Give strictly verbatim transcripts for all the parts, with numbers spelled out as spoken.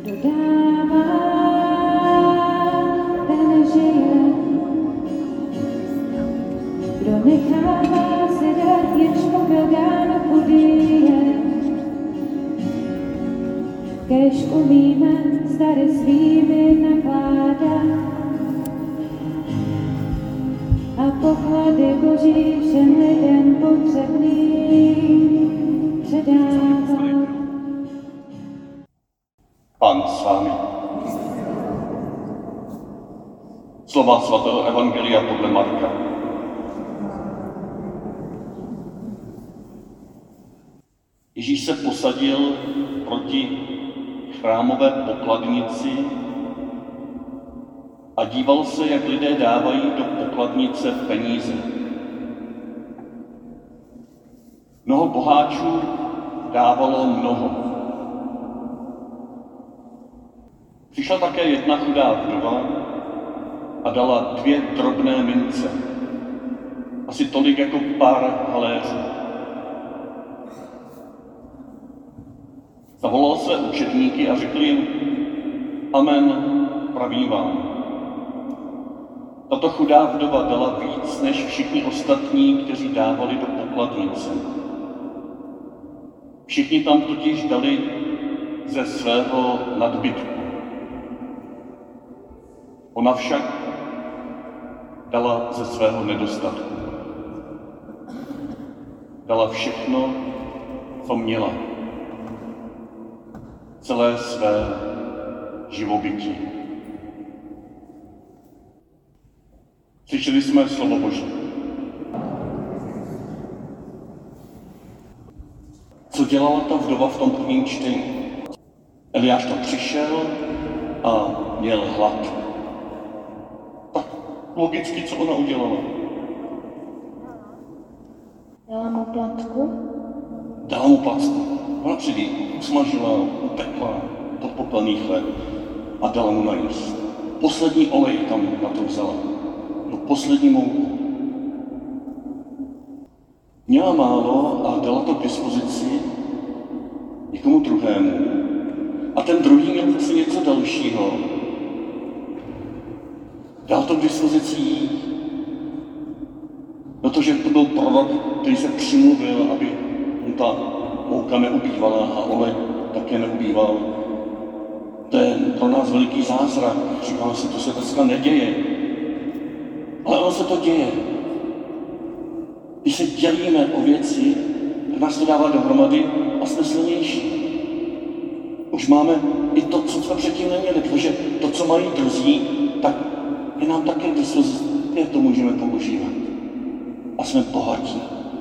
dává, ten žije. Kdo nechává se dát, jenž pokud dáno chudý kéž umíme s dary svými nakládat a poklady Boží všem lidem potřebným předávat. Pán s vámi. Slova svatého evangelia podle Marka. Ježíš se posadil proti chrámové pokladnici a díval se, jak lidé dávají do pokladnice peníze. Mnoho boháčů dávalo mnoho. Přišla také jedna chudá vdova a dala dvě drobné mince, asi tolik jako pár haléřů. Zavolal své učedníky a řekl jim: Amen, pravím vám. Tato chudá vdova dala víc než všichni ostatní, kteří dávali do pokladnice. Všichni tam totiž dali ze svého nadbytku. Ona však dala ze svého nedostatku. Dala všechno, co měla. Celé své živobytí. Slyšeli jsme slovo Boží. Co dělala ta vdova v tom prvním čtení? Eliáš tam přišel a měl hlad. Tak logicky, co ona udělala? Dala mu placku? Dala mu placku. Ona přijde, usmažila, upekla podpopelný chléb a dala mu najíst. Poslední olej tam na to vzala. No poslední mouku. Měla málo a dala to k dispozici někomu druhému. A ten druhý měl zase něco dalšího. Dal to k dispozici jí. Protože to byl prorok, který se přimluvil, aby mu ta mouka neubývala a olej také neubýval. To je pro nás veliký zázrak. Říkáme si, to se dneska neděje. Ale ono se to děje. Když se dělíme o věci, tak nás to dává dohromady a jsme silnější. Už máme i to, co jsme předtím neměli, protože to, co mají druzí, tak je nám také k dispozici, to můžeme používat. A jsme bohatí.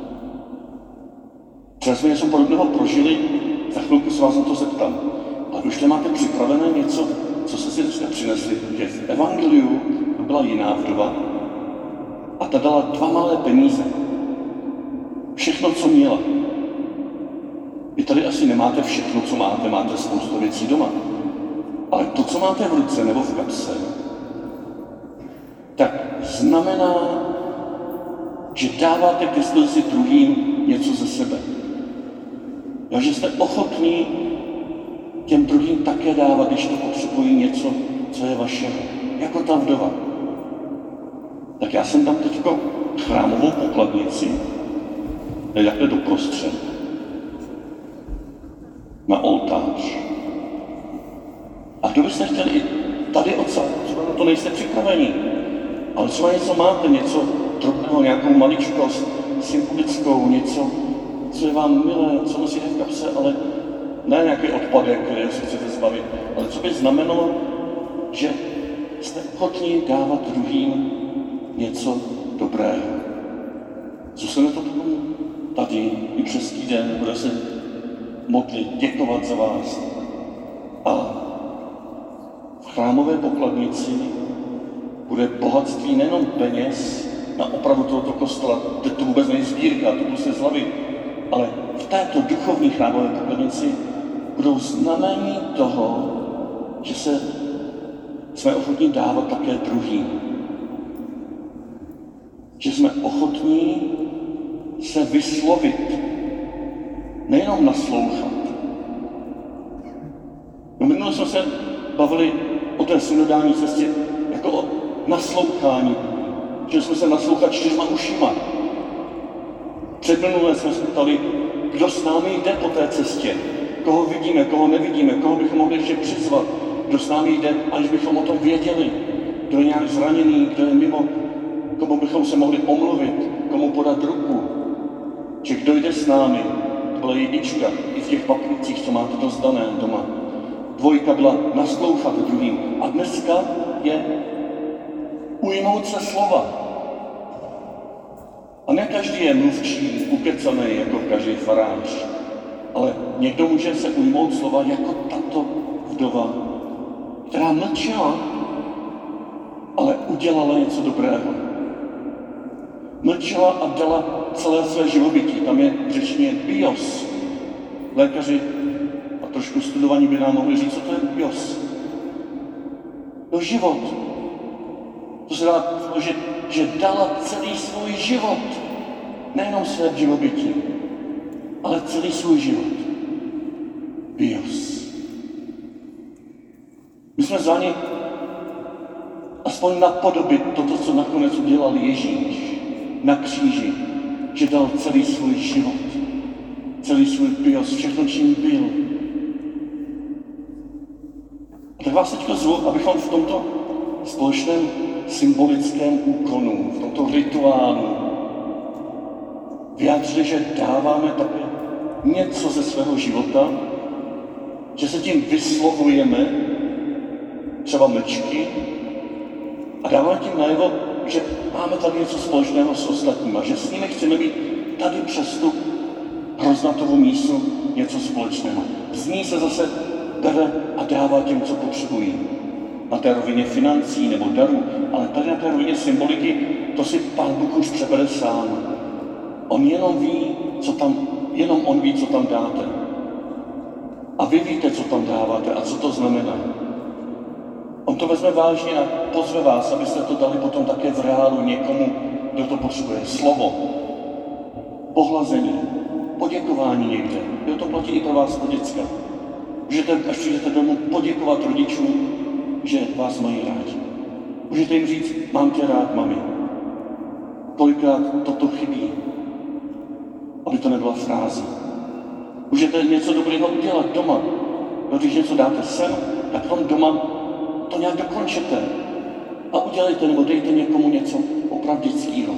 Třeba jsme něco podobného prožili, za chvilku se vás na to zeptám. Ale už nemáte připravené něco, co jste si dneska přinesli, že v evangeliu byla jiná vdova a ta dala dva malé peníze. Všechno, co měla. Vy tady asi nemáte všechno, co máte, máte spoustu věcí doma. Ale to, co máte v ruce nebo v kapse, tak znamená, že dáváte k dispozici druhým něco ze sebe. A že jste ochotní těm druhým také dávat, když to potřebují něco, co je vašeho. Jako ta vdova. Tak já jsem tam teďko chrámovou pokladnici, takhle doprostřed, na oltář. A kdo byste chtěli i tady odsad, třeba na to nejste připraveni, ale třeba něco máte, něco drobného, nějakou maličkost, symbolickou, něco, co je vám milé, co nosíte v kapse, ale ne nějaký odpadek, který si chcete zbavit, ale co by znamenalo, že jste ochotní dávat druhým něco dobrého. Zůstane to tomu tady i přes týden, bude se modlit, děkovat za vás. A v chrámové pokladnici bude bohatství nejenom peněz na opravu tohoto kostela, teď to vůbec není sbírka, to bude se zlavit, ale v této duchovní chrámové pokladnici budou znamení toho, že se jsme ochotní dávat také druhým. Že jsme ochotní se vyslovit, nejenom naslouchat. No minule jsme se bavili o té synodální cestě jako o naslouchání. Že jsme se naslouchat čtyřma ušima. Předminulé jsme se ptali, kdo s námi jde po té cestě. Koho vidíme, koho nevidíme, koho bychom mohli ještě přizvat. Kdo s námi jde, aniž bychom o tom věděli. Kdo je nějak zraněný, kdo je mimo, komu bychom se mohli omluvit, komu podat ruku. Že kdo jde s námi, to byla jednička, i v těch papírcích, co máte to zdané doma. Dvojka byla naslouchat druhým. A dneska je ujmout se slova. A ne každý je mluvčí, ukecaný jako každý farář, ale někdo může se ujmout slova jako tato vdova, která mlčela, ale udělala něco dobrého. Mlčela a dala celé své živobytí. Tam je v řečtině bios. Lékaři a trošku studovaní by nám mohli říct, co to je bios. To je život. To se dá přeložit, že dala celý svůj život. Nejenom své živobytí, ale celý svůj život. Bios. My jsme za ně aspoň napodobit toto, co nakonec udělal Ježíš na kříži, že dal celý svůj život, celý svůj bios, všechno, čím byl. A tak vás teďko zvu, abychom v tomto společném symbolickém úkonu, v tomto rituálu vyjádřili, že dáváme také něco ze svého života, že se tím vyslovujeme, třeba mlčky, a dáváme tím najevo, že máme tady něco společného s ostatníma, že s nimi chceme mít tady přes tu hroznatovou mísu něco společného. Z ní se zase bere a dává těm, co potřebují. Na té rovině financí nebo darů, ale tady na té rovině symboliky, to si Pán Bůh už přebere sám. On jenom ví, co tam, jenom on ví, co tam dáte. A vy víte, co tam dáváte a co to znamená. On to vezme vážně a pozve vás, abyste to dali potom také v reálu někomu, kdo to potřebuje. Slovo, pohlazení, poděkování někde. Jo, to platí i pro vás, pro děcka. Můžete, až přijdete domů, poděkovat rodičům, že vás mají rádi. Můžete jim říct, mám tě rád, mami. Kolikrát toto chybí, aby to nebyla fráze. Můžete něco dobrého udělat doma. No, když něco dáte sem, tak vám doma to nějak dokončete. A udělejte nebo dejte někomu něco opravdického.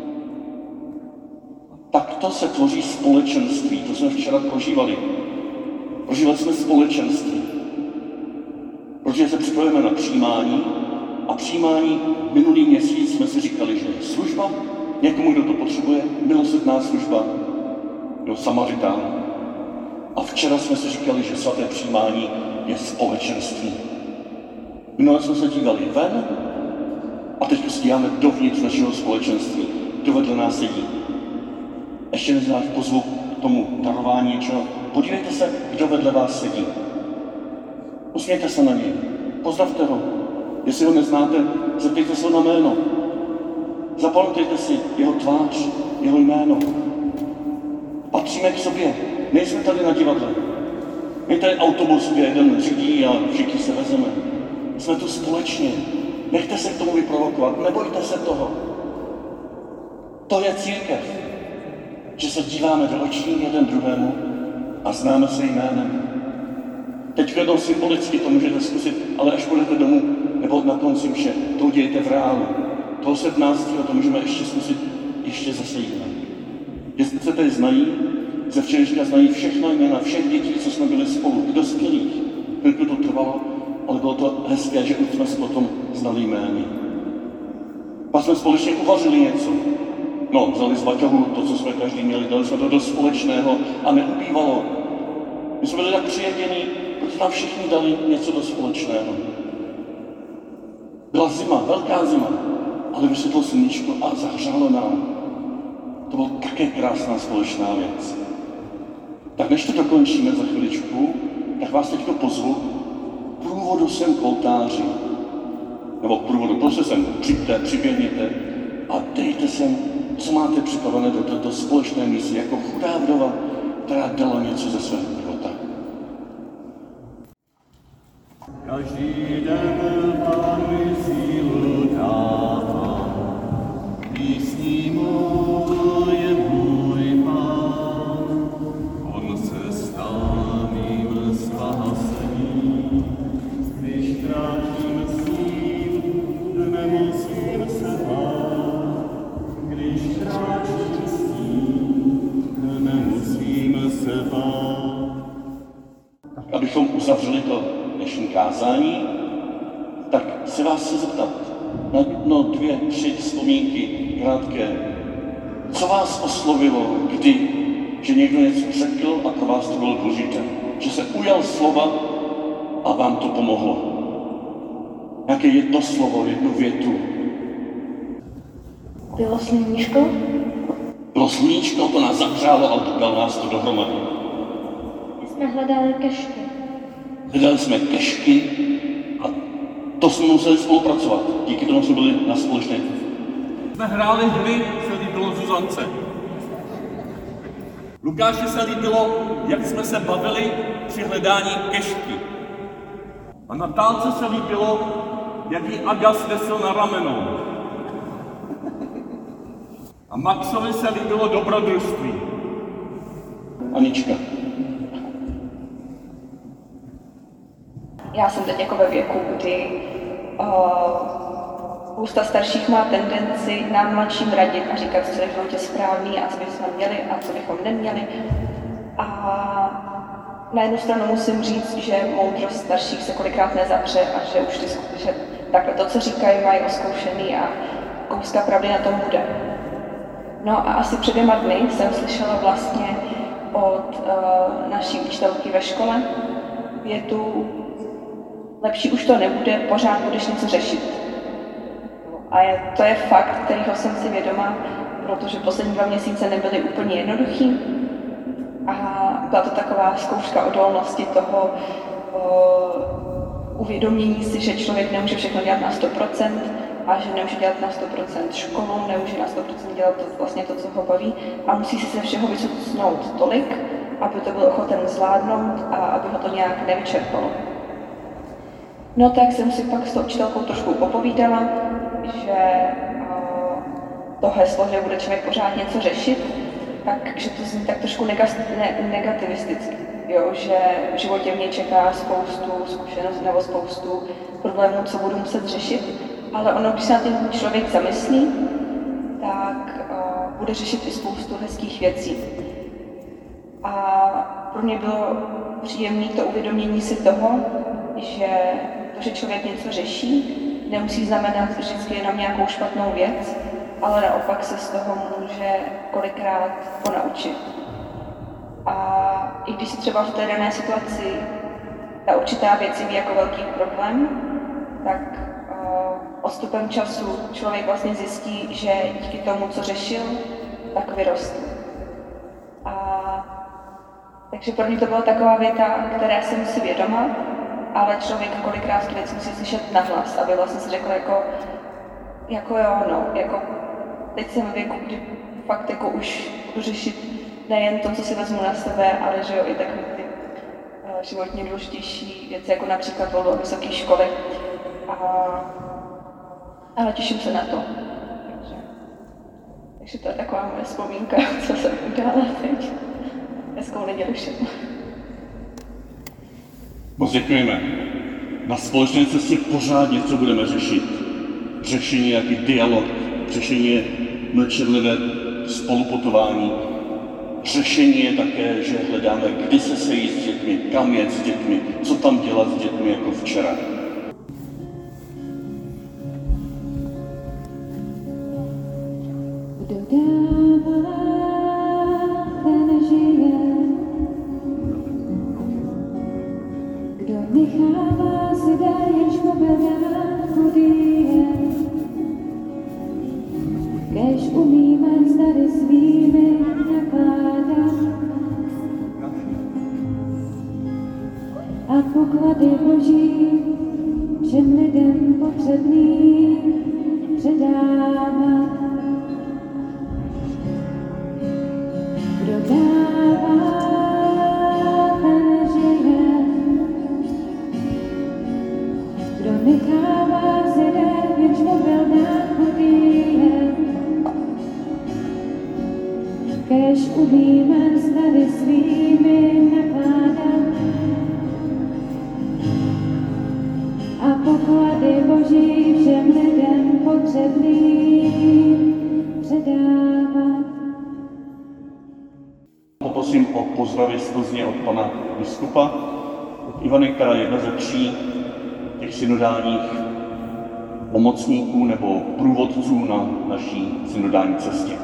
Takto se tvoří společenství. To jsme včera prožívali. Prožívali jsme společenství. Protože se připravujeme na přijímání a přijímání minulý měsíc jsme si říkali, že je služba, někomu, kdo to potřebuje, milosrdná služba, do Samaritán. A včera jsme si říkali, že svaté přijímání je společenství. Minule jsme se dívali ven a teď se díváme dovnitř našeho společenství. Kdo vedle nás sedí. Ještě než vás pozvu k tomu darování něčeho. Podívejte se, kdo vedle vás sedí. Usmějte se na něj. Pozdravte ho. Jestli ho neznáte, zeptejte se ho na jméno. Zapamatujte si jeho tvář, jeho jméno. Patříme k sobě. Nejsme tady na divadle. My tady autobus, kde jeden řídí a všichni se vezeme. Jsme tu společně. Nechte se k tomu vyprovokovat. Nebojte se toho. To je církev. Že se díváme do očí jeden druhému a známe se jménem. Teď jednou symbolicky to můžete zkusit, ale až budete domů nebo na konci mše, to udějte v reálu. Toho sedmnáctého to můžeme ještě zkusit ještě zase jinak. Jestli se tady znají, ze včerejška znají všechna jména všech dětí, co jsme byli spolu, i dospělých. Chvilku to trvalo, ale bylo to hezké, že už jsme se potom znali jmény. Pak jsme společně uvařili něco. No, vzali z baťohu to, co jsme každý měli, dali jsme to do společného a neubývalo. My jsme byli tak přijedění, protože nám všichni dali něco do společného. Byla zima, velká zima, ale vysvětlo sluníčko a zahřálo nám. To byla také krásná společná věc. Tak než to dokončíme za chviličku, tak vás teďko pozvu k průvodu sem k oltáři. Nebo k průvodu, prostě sem přijďte, přiběhněte a dejte sem, co máte připravené do této společné mísy, jako chudá vdova, která dala něco ze svého života. Každý den Pán mi sílu dává, písní mou je můj Pán. On se stal mým spasením, když trápím s ním, nemusím se bát. Když trápím s ním, nemusím se bát. Abychom uzavřeli to dnešní kázání, tak se vás chci zeptat na jedno, dvě, tři vzpomínky krátké. Co vás oslovilo, kdy, že někdo něco řekl a pro vás to bylo důležité? Že se ujal slova a vám to pomohlo? Nějaké jedno slovo, jednu větu? Bylo sluníčko? Bylo sluníčko, to nás zahřálo, ale dal nás to dohromady. My jsme hledali kešky. Hledali jsme kešky a to jsme museli spolupracovat. Díky tomu jsme byli na společné. Jsme hráli hry, se líbilo Zuzance. Lukáši se líbilo, jak jsme se bavili při hledání kešky. A Natálce se líbilo, jak jí Agas nesl na ramenou. A Maxovi se líbilo dobrodružství. Anička. Já jsem teď jako ve věku, kdy uh, spousta starších má tendenci nám mladším radit a říkat, co je v životě správný a co bychom měli a co bychom neměli. A na jednu stranu musím říct, že moudrost starších se kolikrát nezapře a že už ty, že takhle to, co říkají, mají oskoušený a kouska pravdy na tom bude. No a asi před dvěma dny jsem slyšela vlastně od uh, naší učitelky ve škole větu: lepší už to nebude, pořád budeš něco řešit. A je, to je fakt, kterýho jsem si vědoma, protože poslední dva měsíce nebyly úplně jednoduchý. A byla to taková zkouška odolnosti toho uh, uvědomění si, že člověk nemůže všechno dělat na sto procent a že nemůže dělat na sto procent školu, nemůže na sto procent dělat to, vlastně to, co ho baví a musí si se všeho vycucnout tolik, aby to byl ochoten zvládnout a aby ho to nějak nevyčerpalo. No tak jsem si pak s tou učitelkou trošku popovídala, že uh, to heslo, že bude člověk pořád něco řešit, takže to zní tak trošku ne- negativisticky, jo? Že v životě mě čeká spoustu zkušeností nebo spoustu problémů, co budu muset řešit, ale ono, když se na ten člověk zamyslí, tak uh, bude řešit i spoustu hezkých věcí. A pro mě bylo příjemné to uvědomění si toho, že to, že člověk něco řeší, nemusí znamenat vždycky jenom nějakou špatnou věc, ale naopak se z toho může kolikrát ponaučit. A i když si třeba v té dané situaci ta určitá věc je jako velký problém, tak uh, odstupem času člověk vlastně zjistí, že díky tomu, co řešil, tak vyrostl. A takže pro mě to byla taková věta, které jsem si vědoma, ale člověk kolikrát tu věc musí slyšet nahlas, aby vlastně si řekl jako, jako jo, no, jako teď jsem ve věku, kdy fakt jako už budu řešit nejen to, co si vezmu na sebe, ale že jo, i takové ty uh, životně důležitější věci, jako například volbu do vysoké školy. A, ale těším se na to. Takže, takže to je taková moje vzpomínka, co jsem udělala teď. Hezkou neděli všem. Moc děkujeme. Na společné cestě pořád něco budeme řešit. Řešení nějaký dialog, řešení mlčenlivé spoluputování. Řešení je také, že hledáme, kdy se sejít s dětmi, kam jet s dětmi, co tam dělat s dětmi jako včera. Kdo dává, ten žije. Kdo nechává se dál, jenž mu byl dán, chudý je. Kéž umíme s dary svými nakládat a poklady Boží všem lidem potřebným předávat. Kdo dává, ten žije. nechává se dát, jenž mu byl dán podíjet. Kéž umíme s tady svými nakládat a poklady Boží všem lidem potřebným předávat. Poprosím o pozdravy z Plzně od pana biskupa, od Ivany, která je jedna ze tří těch synodálních pomocníků nebo průvodců na naší synodální cestě.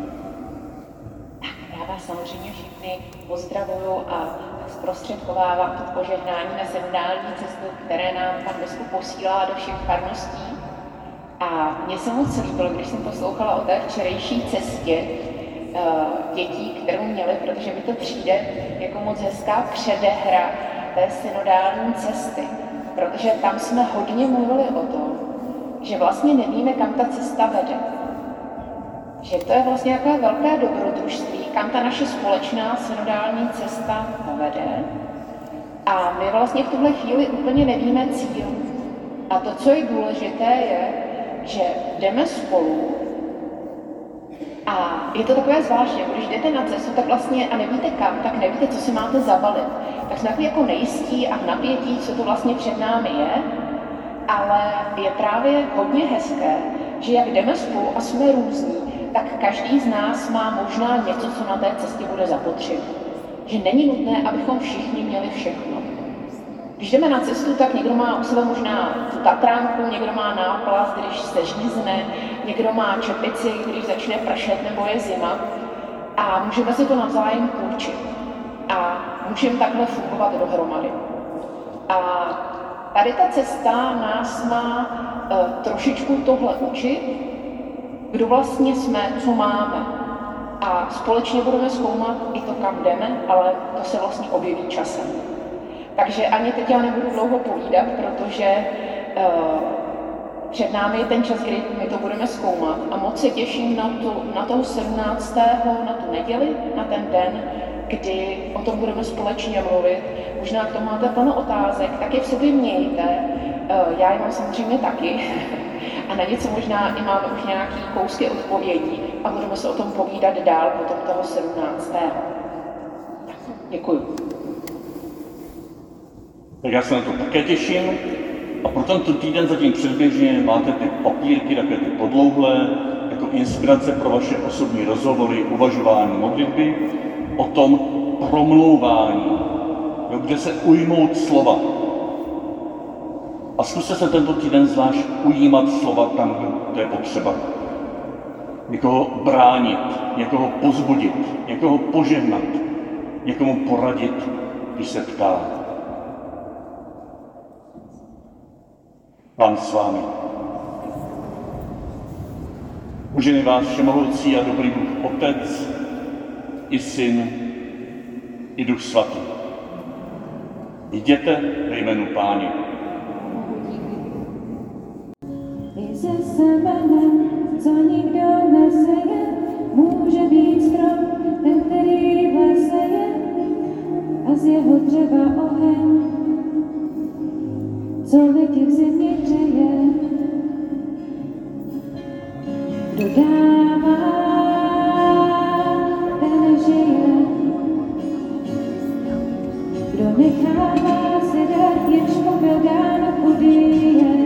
Já vás samozřejmě všechny pozdravuju a zprostředkovávám to požehnání na synodální cestu, které nám pan biskup posílá do všech farností. A mně se moc líbilo, když jsem poslouchala o té včerejší cestě dětí, kterou měli, protože mi to přijde jako moc hezká předehra té synodální cesty. Protože tam jsme hodně mluvili o tom, že vlastně nevíme, kam ta cesta vede. Že to je vlastně takové velké dobrodružství, kam ta naše společná synodální cesta povede. A my vlastně v tuhle chvíli úplně nevíme cíl. A to, co je důležité, je, že jdeme spolu a je to takové zvláštní, když jdete na cestu, tak vlastně a nevíte kam, tak nevíte, co si máte zabalit. Tak jsme takový jako nejistí a v napětí, co to vlastně před námi je, ale je právě hodně hezké, že jak jdeme spolu a jsme různí, tak každý z nás má možná něco, co na té cestě bude zapotřebí. Že není nutné, abychom všichni měli všechno. Když jdeme na cestu, tak někdo má u sebe možná tu tatránku, někdo má náplast, když se řízne, někdo má čepici, když začne pršet nebo je zima. A můžeme si to navzájem půjčit. A můžeme takhle fungovat dohromady. A tady ta cesta nás má uh, trošičku tohle učit, kdo vlastně jsme, co máme. A společně budeme zkoumat i to, kam jdeme, ale to se vlastně objeví časem. Takže ani teď já nebudu dlouho povídat, protože uh, před námi je ten čas, kdy my to budeme zkoumat. A moc se těším na, tu, na toho sedmnáctého na tu neděli, na ten den, kdy o tom budeme společně mluvit. Možná k tomu máte plno otázek, tak je v sobě mějte. Uh, já je mám samozřejmě taky. A na něco možná i máme už nějaký kousky odpovědí a budeme se o tom povídat dál potom toho sedmnáctého Děkuju. Tak já se na to také těším. A pro tento týden zatím předběžně máte ty papírky, takové ty podlouhlé, jako inspirace pro vaše osobní rozhovory, uvažování, modlitby, o tom promlouvání, kde se ujmout slova. A zkuste se tento týden zvlášť ujímat slova tam, kde to je potřeba. Někoho bránit, někoho pozbudit, někoho požehnat, někomu poradit, když se ptá. Pán s vámi. Požehnej vás všemohoucí a dobrý Bůh Otec, i Syn, i Duch Svatý. Jděte ve jménu Páně. I se semenem, co nikdo neseje, může být strom, ten, který v lese je, a z jeho dřeva oheň, co lidi v zimě hřeje. Kdo dává, ten žije. Kdo nechává se dát, jenž mu byl dán podíjet.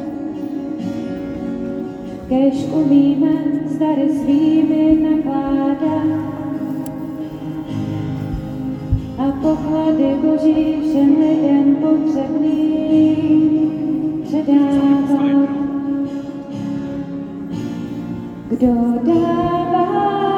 Kéž umíme s dary svými nakládat a poklady Boží všem lidem potřebným předávat. Kdo dává,